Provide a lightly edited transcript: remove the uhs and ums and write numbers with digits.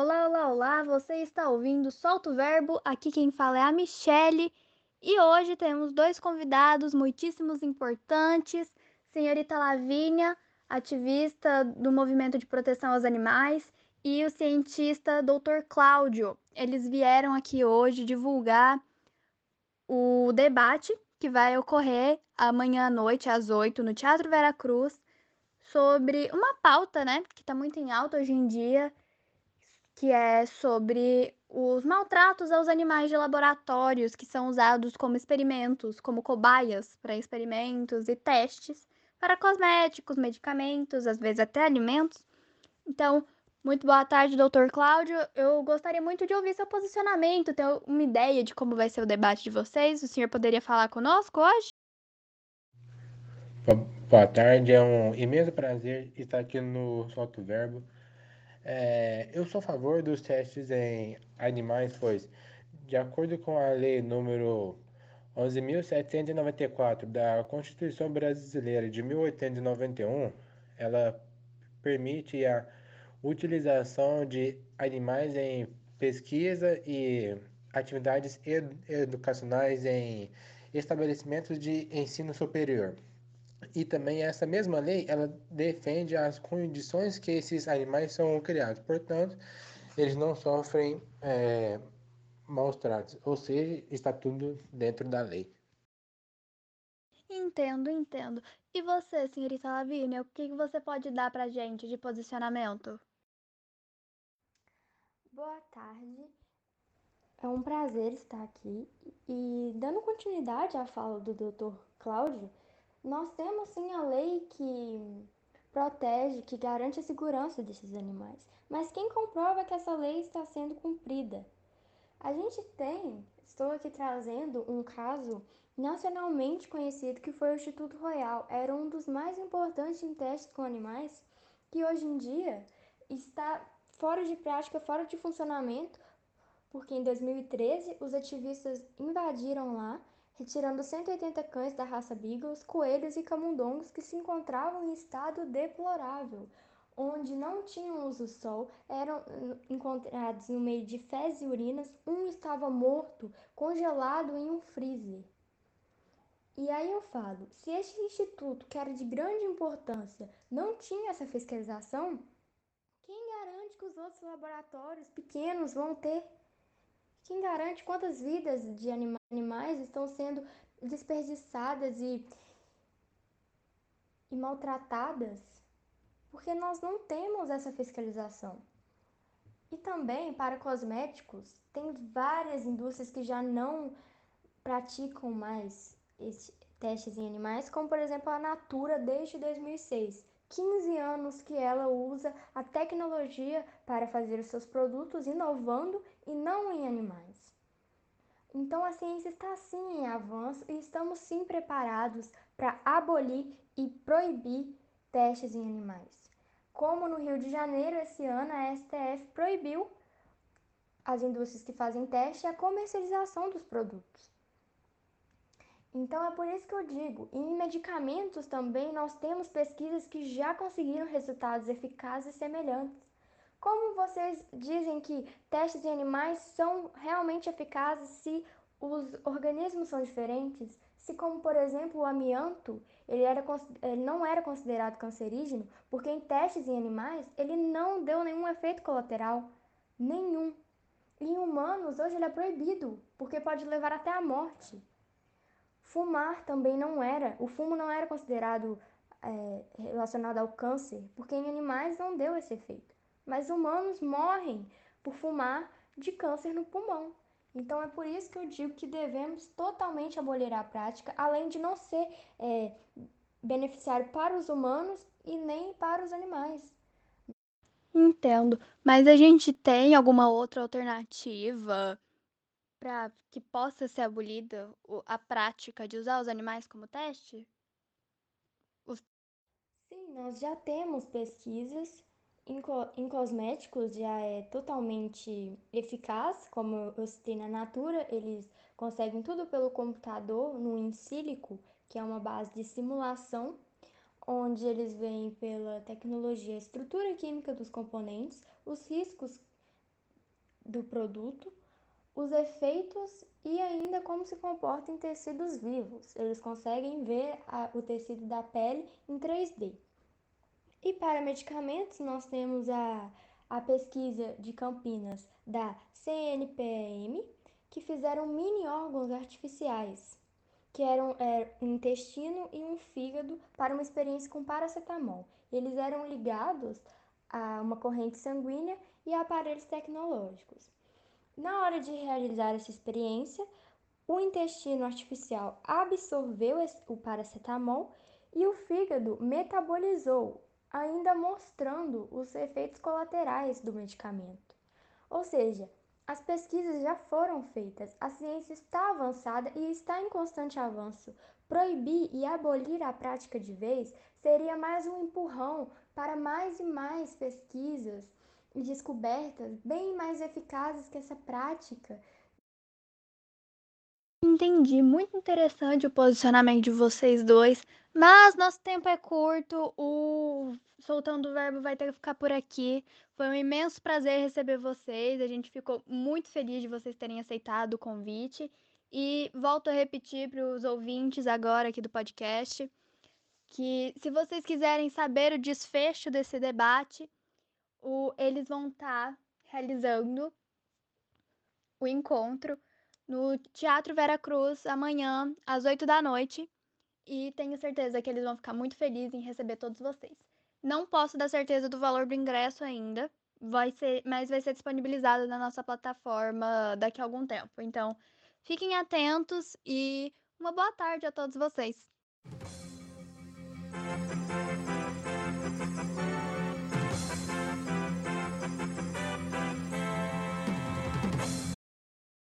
Olá, olá, olá! Você está ouvindo Solta o Verbo. Aqui quem fala é a Michele. E hoje temos dois convidados muitíssimos importantes. Senhorita Lavínia, ativista do Movimento de Proteção aos Animais, e o cientista Dr. Cláudio. Eles vieram aqui hoje divulgar o debate que vai ocorrer amanhã à noite, às 8, no Teatro Veracruz, sobre uma pauta, né, que está muito em alta hoje em dia, que é sobre os maltratos aos animais de laboratórios que são usados como experimentos, como cobaias para experimentos e testes para cosméticos, medicamentos, às vezes até alimentos. Então, muito boa tarde, doutor Cláudio. Eu gostaria muito de ouvir seu posicionamento, ter uma ideia de como vai ser o debate de vocês. O senhor poderia falar conosco hoje? Boa tarde, é um imenso prazer estar aqui no Solto Verbo. Eu sou a favor dos testes em animais, pois, de acordo com a lei número 11.794 da Constituição Brasileira de 1891, ela permite a utilização de animais em pesquisa e atividades educacionais em estabelecimentos de ensino superior. E também essa mesma lei, ela defende as condições que esses animais são criados. Portanto, eles não sofrem maus tratos. Ou seja, está tudo dentro da lei. Entendo, entendo. E você, senhorita Lavínia, o que você pode dar pra gente de posicionamento? Boa tarde, é um prazer estar aqui e dando continuidade à fala do Dr. Cláudio, nós temos sim a lei que protege, que garante a segurança desses animais, mas quem comprova que essa lei está sendo cumprida? A gente estou aqui trazendo um caso nacionalmente conhecido que foi o Instituto Royal, era um dos mais importantes em testes com animais, que hoje em dia está fora de prática, fora de funcionamento, porque em 2013 os ativistas invadiram lá, retirando 180 cães da raça Beagles, coelhos e camundongos que se encontravam em estado deplorável, onde não tinham luz do sol, eram encontrados no meio de fezes e urinas, um estava morto, congelado em um freezer. E aí eu falo, se este instituto, que era de grande importância, não tinha essa fiscalização, quem garante que os outros laboratórios pequenos vão ter? Quem garante quantas vidas de animais estão sendo desperdiçadas e maltratadas? Porque nós não temos essa fiscalização. E também, para cosméticos, tem várias indústrias que já não praticam mais testes em animais, como por exemplo a Natura desde 2006. 15 anos que ela usa a tecnologia para fazer os seus produtos, inovando e não em animais. Então a ciência está sim em avanço e estamos sim preparados para abolir e proibir testes em animais. Como no Rio de Janeiro, esse ano, a STF proibiu as indústrias que fazem teste e a comercialização dos produtos. Então é por isso que eu digo, em medicamentos também nós temos pesquisas que já conseguiram resultados eficazes e semelhantes. Como vocês dizem que testes em animais são realmente eficazes se os organismos são diferentes? Se, como por exemplo, o amianto, ele não era considerado cancerígeno, porque em testes em animais ele não deu nenhum efeito colateral, nenhum. E em humanos, hoje ele é proibido, porque pode levar até à morte. Fumar também não era, o fumo não era considerado relacionado ao câncer, porque em animais não deu esse efeito. Mas humanos morrem por fumar de câncer no pulmão. Então é por isso que eu digo que devemos totalmente abolir a prática, além de não ser beneficiário para os humanos e nem para os animais. Entendo. Mas a gente tem alguma outra alternativa para que possa ser abolida a prática de usar os animais como teste? Os- Sim, nós já temos pesquisas em cosméticos, já é totalmente eficaz, como eu citei na Natura, eles conseguem tudo pelo computador, no in silico, que é uma base de simulação, onde eles veem pela tecnologia a estrutura química dos componentes, os riscos do produto, os efeitos e ainda como se comporta em tecidos vivos. Eles conseguem ver o tecido da pele em 3D. E para medicamentos, nós temos a pesquisa de Campinas da CNPM, que fizeram mini órgãos artificiais, que eram um intestino e um fígado para uma experiência com paracetamol. Eles eram ligados a uma corrente sanguínea e a aparelhos tecnológicos. Na hora de realizar essa experiência, o intestino artificial absorveu o paracetamol e o fígado metabolizou, ainda mostrando os efeitos colaterais do medicamento. Ou seja, as pesquisas já foram feitas, a ciência está avançada e está em constante avanço. Proibir e abolir a prática de vez seria mais um empurrão para mais e mais pesquisas e descobertas bem mais eficazes que essa prática. Entendi, muito interessante o posicionamento de vocês dois, mas nosso tempo é curto, o Soltando o Verbo vai ter que ficar por aqui. Foi um imenso prazer receber vocês, a gente ficou muito feliz de vocês terem aceitado o convite. E volto a repetir para os ouvintes agora aqui do podcast, que se vocês quiserem saber o desfecho desse debate, eles vão estar realizando o encontro no Teatro Vera Cruz amanhã, às 8 da noite. E tenho certeza que eles vão ficar muito felizes em receber todos vocês. Não posso dar certeza do valor do ingresso ainda, mas vai ser disponibilizado na nossa plataforma daqui a algum tempo. Então, fiquem atentos e uma boa tarde a todos vocês.